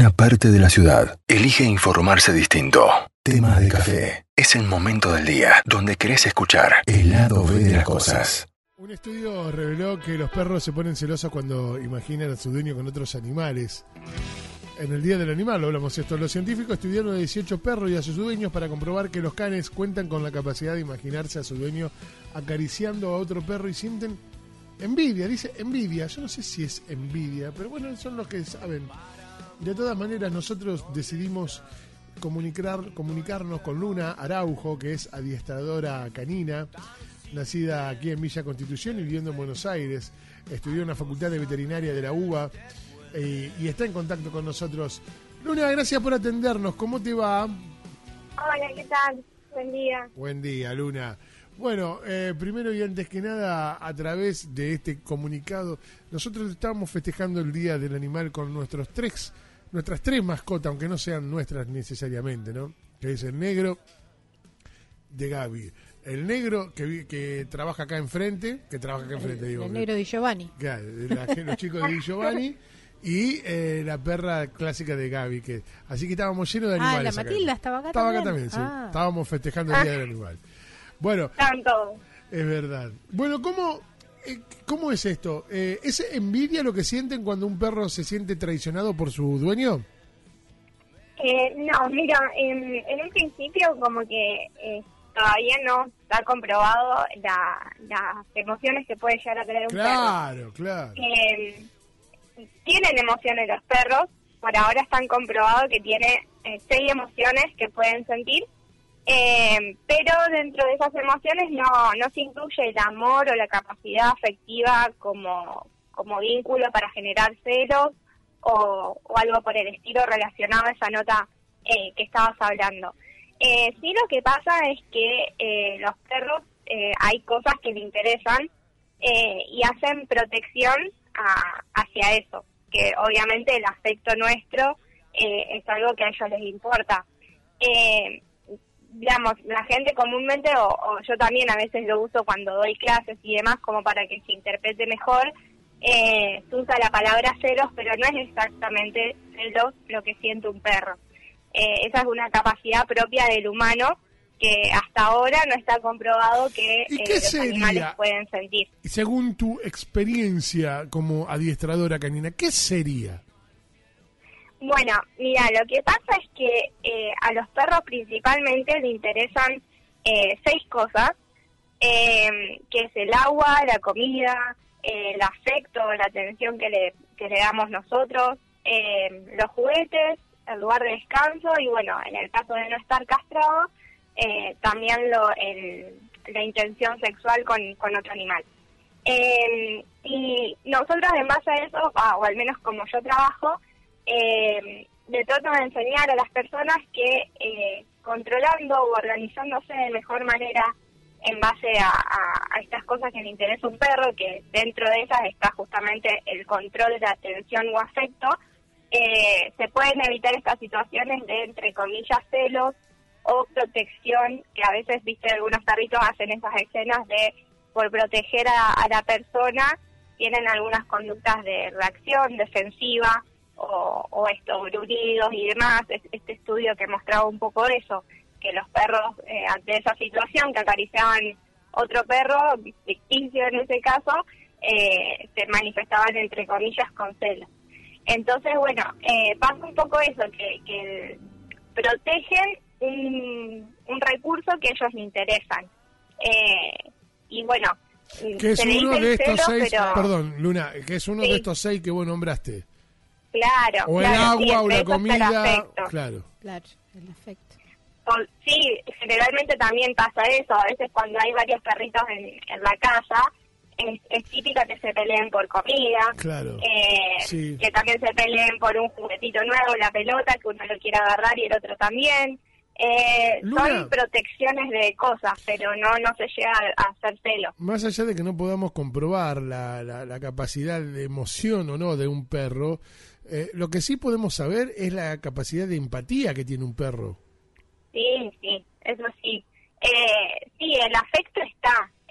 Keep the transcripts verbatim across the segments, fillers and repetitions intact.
una parte de la ciudad elige informarse distinto. Temas de café. Es el momento del día donde querés escuchar el lado B de las cosas. Un estudio reveló que los perros se ponen celosos cuando imaginan a su dueño con otros animales. En el Día del Animal lo hablamos esto. Los científicos estudiaron a dieciocho perros y a sus dueños para comprobar que los canes cuentan con la capacidad de imaginarse a su dueño acariciando a otro perro y sienten envidia. Dice envidia. Yo no sé si es envidia, pero bueno, son los que saben. De todas maneras, nosotros decidimos comunicar, comunicarnos con Luna Araujo, que es adiestradora canina, nacida aquí en Villa Constitución y viviendo en Buenos Aires. Estudió en la Facultad de Veterinaria de la UBA eh, y está en contacto con nosotros. Luna, gracias por atendernos. ¿Cómo te va? Hola, ¿qué tal? Buen día. Buen día, Luna. Bueno, eh, primero y antes que nada, a través de este comunicado, nosotros estábamos festejando el Día del Animal con nuestros tres, nuestras tres mascotas, aunque no sean nuestras necesariamente, ¿no? Que es el negro de Gaby, el negro que, que trabaja acá enfrente, que trabaja acá enfrente, el, digo. El negro de Giovanni. Claro, la, los chicos de Di Giovanni y eh, la perra clásica de Gaby. Que, así que estábamos llenos de animales. Ah, la acá. Matilda estaba acá estaba también. Estaba acá también, sí. Ah. Estábamos festejando el Día del Animal. Bueno, Tanto. Es verdad. Bueno, ¿cómo, eh, cómo es esto? Eh, ¿Es envidia lo que sienten cuando un perro se siente traicionado por su dueño? Eh, no, mira, en, en un principio como que eh, todavía no está comprobado la, las emociones que puede llegar a tener un claro, perro. Claro, claro. Eh, tienen emociones los perros, por ahora están comprobados que tiene eh, seis emociones que pueden sentir. Eh, pero dentro de esas emociones no no se incluye el amor o la capacidad afectiva como, como vínculo para generar celos o, o algo por el estilo relacionado a esa nota eh, que estabas hablando. Eh, sí, lo que pasa es que eh, los perros eh, hay cosas que le interesan eh, y hacen protección a, hacia eso, que obviamente el afecto nuestro eh, es algo que a ellos les importa. Eh, digamos, la gente comúnmente, o, o yo también a veces lo uso cuando doy clases y demás, como para que se interprete mejor, eh, se usa la palabra celos, pero no es exactamente celos lo que siente un perro. Eh, esa es una capacidad propia del humano que hasta ahora no está comprobado que ¿Y eh, qué los sería, animales pueden sentir. según tu experiencia como adiestradora canina, qué sería? Bueno, mira, lo que pasa es que eh, a los perros principalmente le interesan eh, seis cosas, eh, que es el agua, la comida, eh, el afecto, la atención que le, que le damos nosotros, eh, los juguetes, el lugar de descanso y bueno, en el caso de no estar castrado, eh, también lo, el, la intención sexual con, con otro animal. Eh, y nosotros en base a eso, ah, o al menos como yo trabajo, Eh, le trato de enseñar a las personas que eh, controlando o organizándose de mejor manera en base a, a, a estas cosas que le interesa a un perro, que dentro de esas está justamente el control de la atención o afecto, eh, se pueden evitar estas situaciones de, entre comillas, celos o protección, que a veces, viste, algunos perritos hacen esas escenas de, por proteger a, a la persona, tienen algunas conductas de reacción defensiva, O, o estos gruñidos y demás. Este estudio que mostraba un poco eso, que los perros eh, ante esa situación que acariciaban otro perro, ficticio en ese caso, eh, se manifestaban entre comillas con celos. Entonces, bueno, eh, pasa un poco eso, que, que protegen un, un recurso que a ellos les interesan. Eh, y bueno, que es uno de estos celo, seis, pero... perdón, Luna, que es uno sí. de estos seis que vos nombraste. Claro, o el claro, agua, sí, o la eso comida, está el afecto. claro. Claro, el afecto. O, sí, generalmente también pasa eso. A veces cuando hay varios perritos en, en la casa, es, es típica que se peleen por comida, Claro, eh, sí. que también se peleen por un juguetito nuevo, la pelota, que uno lo quiere agarrar y el otro también. Eh, son protecciones de cosas, pero no no se llega a hacer celo. Más allá de que no podamos comprobar la, la, la capacidad de emoción o no de un perro, eh, lo que sí podemos saber es la capacidad de empatía que tiene un perro. Sí, sí, eso sí. Eh, sí, el afecto está.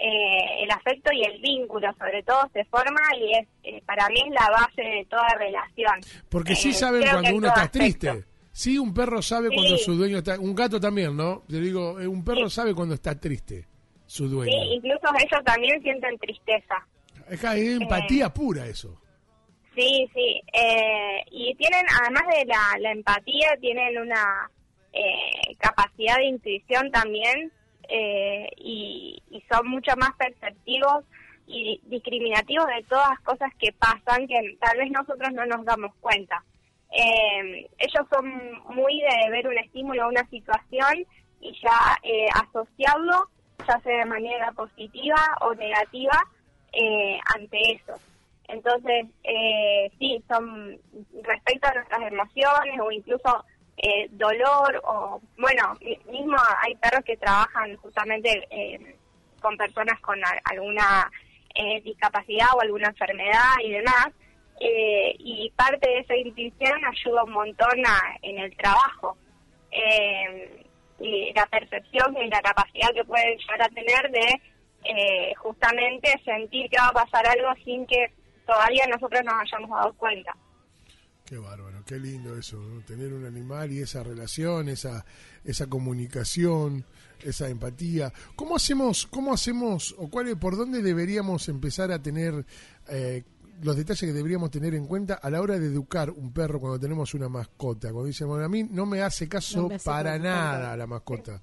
eh, el afecto y el vínculo sobre todo se forma y es eh, para mí es la base de toda relación. Porque sí Eh, saben creo que cuando en uno todo está aspecto. triste. Sí, un perro sabe Sí. cuando su dueño está... Un gato también, ¿no? Te digo, eh, un perro Sí. sabe cuando está triste su Sí, dueño. incluso ellos también sienten tristeza. Es, es empatía pura eso. Sí, sí. Eh, y tienen, además de la, la empatía, tienen una eh, capacidad de intuición también eh, y, y son mucho más perceptivos y discriminativos de todas las cosas que pasan que tal vez nosotros no nos damos cuenta. Eh, ellos son muy de ver un estímulo, una situación y ya eh, asociarlo, ya sea de manera positiva o negativa, eh, ante eso. Entonces, eh, sí, son respecto a nuestras emociones o incluso eh, dolor o, bueno, mismo hay perros que trabajan justamente eh, con personas con a, alguna eh, discapacidad o alguna enfermedad y demás, eh, y parte de esa intuición ayuda un montón a, en el trabajo. Eh, y la percepción y la capacidad que pueden llegar a tener de eh, justamente sentir que va a pasar algo sin que todavía nosotros nos hayamos dado cuenta. Qué bárbaro, qué lindo eso, ¿no? Tener un animal y esa relación, esa esa comunicación, esa empatía. ¿Cómo hacemos, cómo hacemos, o cuál, por dónde deberíamos empezar a tener eh, los detalles que deberíamos tener en cuenta a la hora de educar un perro cuando tenemos una mascota? Cuando dicen, bueno, a mí no me hace caso No me hace para caso, nada tampoco. la mascota.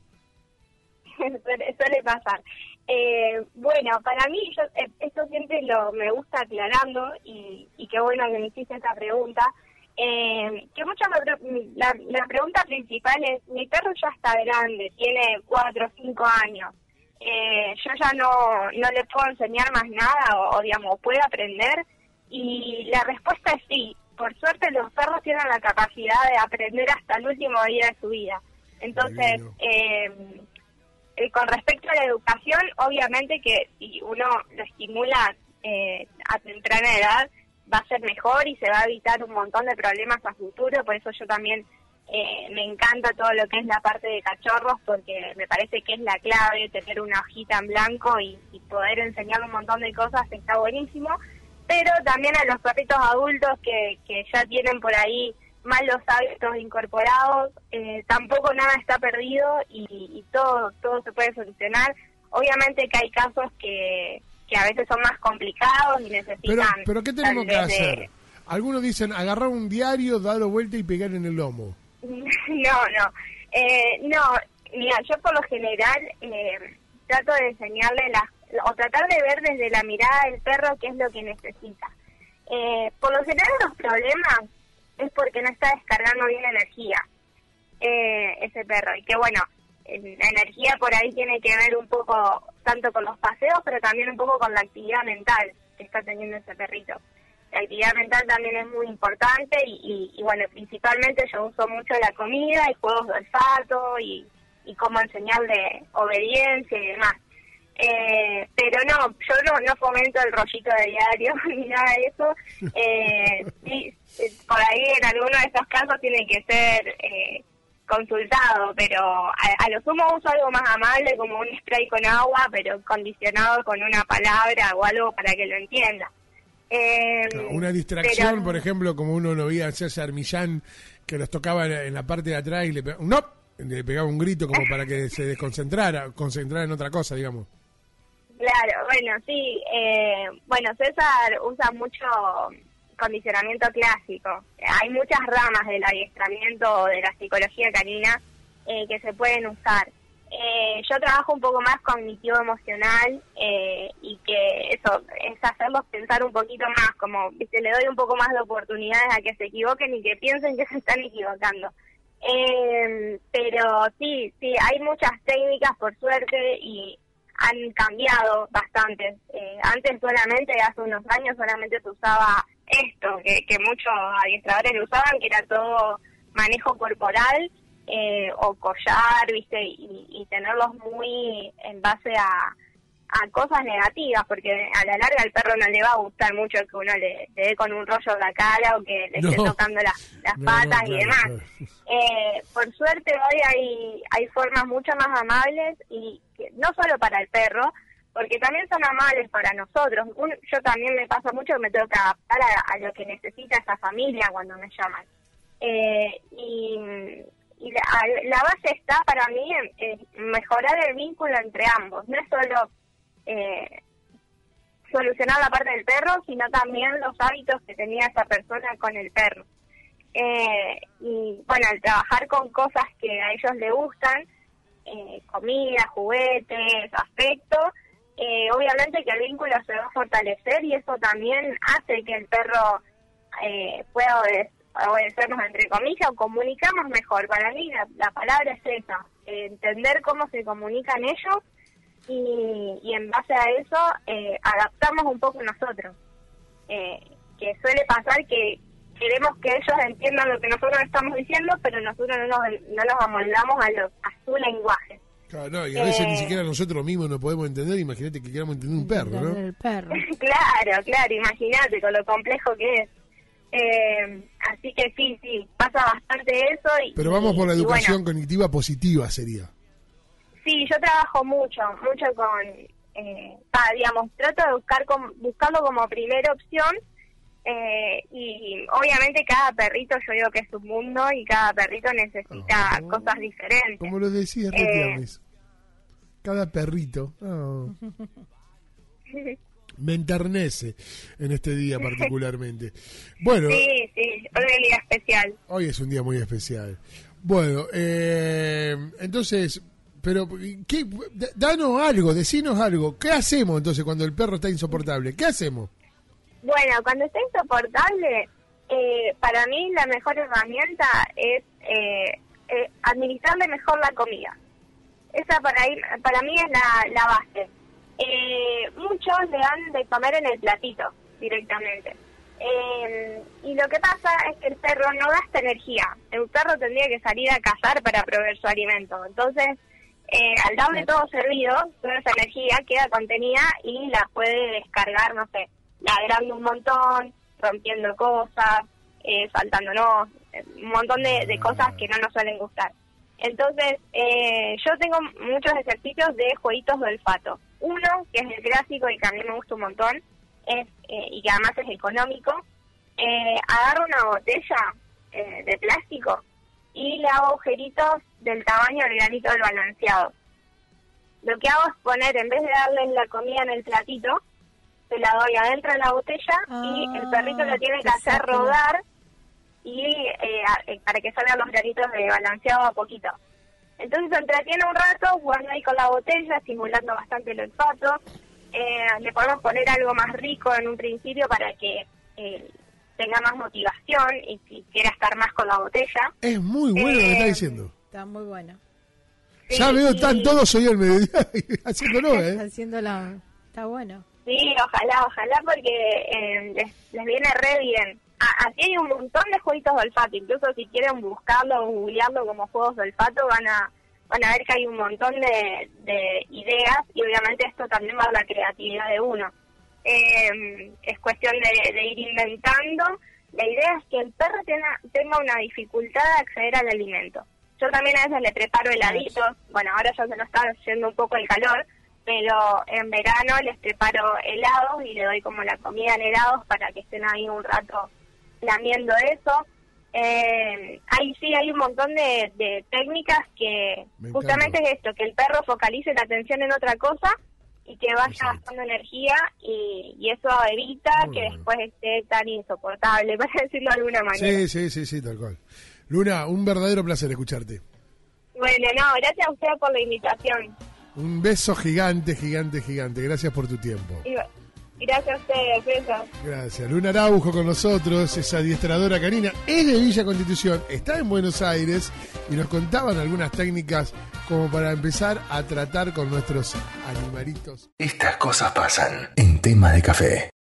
suele, suele pasar. Eh, bueno, para mí, yo eh, esto siempre lo me gusta aclarando y, y qué bueno que me hiciste esta pregunta. Eh, que muchas la, la pregunta principal es, mi perro ya está grande, tiene cuatro o cinco años, eh, yo ya no no le puedo enseñar más nada o, o digamos, puede aprender, y la respuesta es sí. Por suerte los perros tienen la capacidad de aprender hasta el último día de su vida. Entonces, eh, eh, con respecto a la educación, obviamente que si uno lo estimula eh, a temprana edad, va a ser mejor y se va a evitar un montón de problemas a futuro. Por eso yo también eh, me encanta todo lo que es la parte de cachorros, porque me parece que es la clave, tener una hojita en blanco y, y poder enseñar un montón de cosas está buenísimo. Pero también a los perritos adultos que, que ya tienen por ahí malos hábitos incorporados, eh, tampoco nada está perdido y, y todo todo se puede solucionar. Obviamente que hay casos que... que a veces son más complicados y necesitan... Pero, pero ¿qué tenemos que de... hacer? Algunos dicen, agarrar un diario, darlo vuelta y pegar en el lomo. No, no. Eh, no, mira, yo por lo general eh, trato de enseñarle las... o tratar de ver desde la mirada del perro qué es lo que necesita. Eh, por lo general los problemas es porque no está descargando bien energía eh, ese perro. Y que bueno, la energía por ahí tiene que ver un poco tanto con los paseos, pero también un poco con la actividad mental que está teniendo ese perrito. La actividad mental también es muy importante y, y, y bueno, principalmente yo uso mucho la comida y juegos de olfato y, y cómo enseñarle obediencia y demás. Eh, pero no, yo no, no fomento el rollito de diario ni nada de eso. Eh, sí, por ahí en alguno de esos casos tiene que ser... Eh, consultado, pero a, a lo sumo uso algo más amable como un spray con agua, pero condicionado con una palabra o algo para que lo entienda. Eh, Una distracción, pero, por ejemplo, como uno lo veía a César Millán, que los tocaba en, en la parte de atrás y le pegaba un, ¡no! le pegaba un grito como para que se desconcentrara, concentrara en otra cosa, digamos. Claro, bueno, sí. Eh, bueno, César usa mucho condicionamiento clásico. Hay muchas ramas del adiestramiento de la psicología canina eh, que se pueden usar. Eh, yo trabajo un poco más cognitivo-emocional eh, y que eso es hacerlos pensar un poquito más, como ¿viste? Le doy un poco más de oportunidades a que se equivoquen y que piensen que se están equivocando. Eh, pero sí, sí, hay muchas técnicas por suerte y han cambiado bastante. Eh, antes solamente, hace unos años solamente se usaba esto, que, que muchos adiestradores lo usaban, que era todo manejo corporal eh, o collar, viste, y, y tenerlos muy en base a, a cosas negativas, porque a la larga al perro no le va a gustar mucho que uno le, le dé con un rollo en la cara o que le no. esté tocando las, las no, patas no, claro, y demás. Claro. Eh, por suerte hoy hay, hay formas mucho más amables y que, no solo para el perro, porque también son amables para nosotros. Un, yo también me pasa mucho que me tengo que adaptar a, a lo que necesita esa familia cuando me llaman. Eh, y y la, la base está para mí en, en mejorar el vínculo entre ambos. No es solo eh, solucionar la parte del perro, sino también los hábitos que tenía esa persona con el perro. Eh, y bueno, al trabajar con cosas que a ellos les gustan, eh, comida, juguetes, afecto, eh, obviamente que el vínculo se va a fortalecer y eso también hace que el perro eh, pueda obedecer, obedecernos entre comillas o comunicamos mejor. Para mí la, la palabra es esa, eh, entender cómo se comunican ellos y, y en base a eso eh, adaptamos un poco nosotros, eh, que suele pasar que queremos que ellos entiendan lo que nosotros estamos diciendo, pero nosotros no nos, no nos amoldamos a, lo, a su lenguaje. Claro, no, y a veces eh, ni siquiera nosotros mismos no podemos entender. Imagínate que queramos entender un perro, ¿no? El perro. Claro, claro, imagínate con lo complejo que es. Eh, así que sí, sí, pasa bastante eso. Y, Pero vamos por la y, educación bueno, cognitiva positiva, sería. Sí, yo trabajo mucho, mucho con, eh, pa, digamos, trato de buscar com, buscarlo como primera opción. Eh, y obviamente cada perrito, yo digo que es un mundo y cada perrito necesita oh, cosas diferentes. Como lo decías, eh, cada perrito oh, me enternece en este día particularmente. Bueno, sí, sí, hoy es un día especial. Hoy es un día muy especial. Bueno, eh, entonces, pero ¿qué? Danos algo, decinos algo. ¿Qué hacemos entonces cuando el perro está insoportable? ¿Qué hacemos? Bueno, cuando está insoportable, eh, para mí la mejor herramienta es eh, eh, administrarle mejor la comida. Esa para, ir, para mí es la, la base. Eh, muchos le dan de comer en el platito directamente. Eh, y lo que pasa es que el perro no gasta energía. El perro tendría que salir a cazar para proveer su alimento. Entonces, eh, al darle todo servido, toda esa energía queda contenida y la puede descargar, no sé, ladrando un montón, rompiendo cosas, eh, saltándonos, un montón de, de cosas que no nos suelen gustar. Entonces, eh, yo tengo muchos ejercicios de jueguitos de olfato. Uno, que es el clásico y que a mí me gusta un montón, es eh, y que además es económico, eh, agarro una botella eh, de plástico y le hago agujeritos del tamaño del granito del balanceado. Lo que hago es poner, en vez de darle la comida en el platito, se la doy adentro de la botella ah, y el perrito lo tiene que hacer rodar y eh, para que salgan los granitos de balanceado a poquito. Entonces se entretiene un rato jugando ahí con la botella, simulando bastante el olfato. Eh, le podemos poner algo más rico en un principio para que eh, tenga más motivación y si quiera estar más con la botella. Es muy bueno eh, lo que está diciendo. Está muy bueno. Sí, ya veo, están y... todos hoy al mediodía haciéndolo, ¿eh? Haciéndolo. Está bueno. Sí, ojalá, ojalá, porque eh, les, les viene re bien. A, así hay un montón de jueguitos de olfato, incluso si quieren buscarlo o googlearlo como juegos de olfato, van a van a ver que hay un montón de, de ideas y obviamente esto también va a la creatividad de uno. Eh, es cuestión de, de ir inventando. La idea es que el perro tenga, tenga una dificultad de acceder al alimento. Yo también a veces le preparo heladitos, bueno, ahora ya se nos está yendo un poco el calor, pero en verano les preparo helados y le doy como la comida en helados para que estén ahí un rato lamiendo eso. Eh, ahí sí hay un montón de, de técnicas que Me justamente encanta. Es esto, que el perro focalice la atención en otra cosa y que vaya Exacto. gastando energía y, y eso evita Muy que bueno. después esté tan insoportable, para decirlo de alguna manera. Sí, sí, sí, sí, tal cual. Luna, un verdadero placer escucharte. Bueno, no, gracias a usted por la invitación. Un beso gigante, gigante, gigante. Gracias por tu tiempo. Y, gracias a ustedes, besos. Gracias. Luna Araujo con nosotros, es adiestradora canina, es de Villa Constitución, está en Buenos Aires y nos contaban algunas técnicas como para empezar a tratar con nuestros animalitos. Estas cosas pasan en Tema de Café.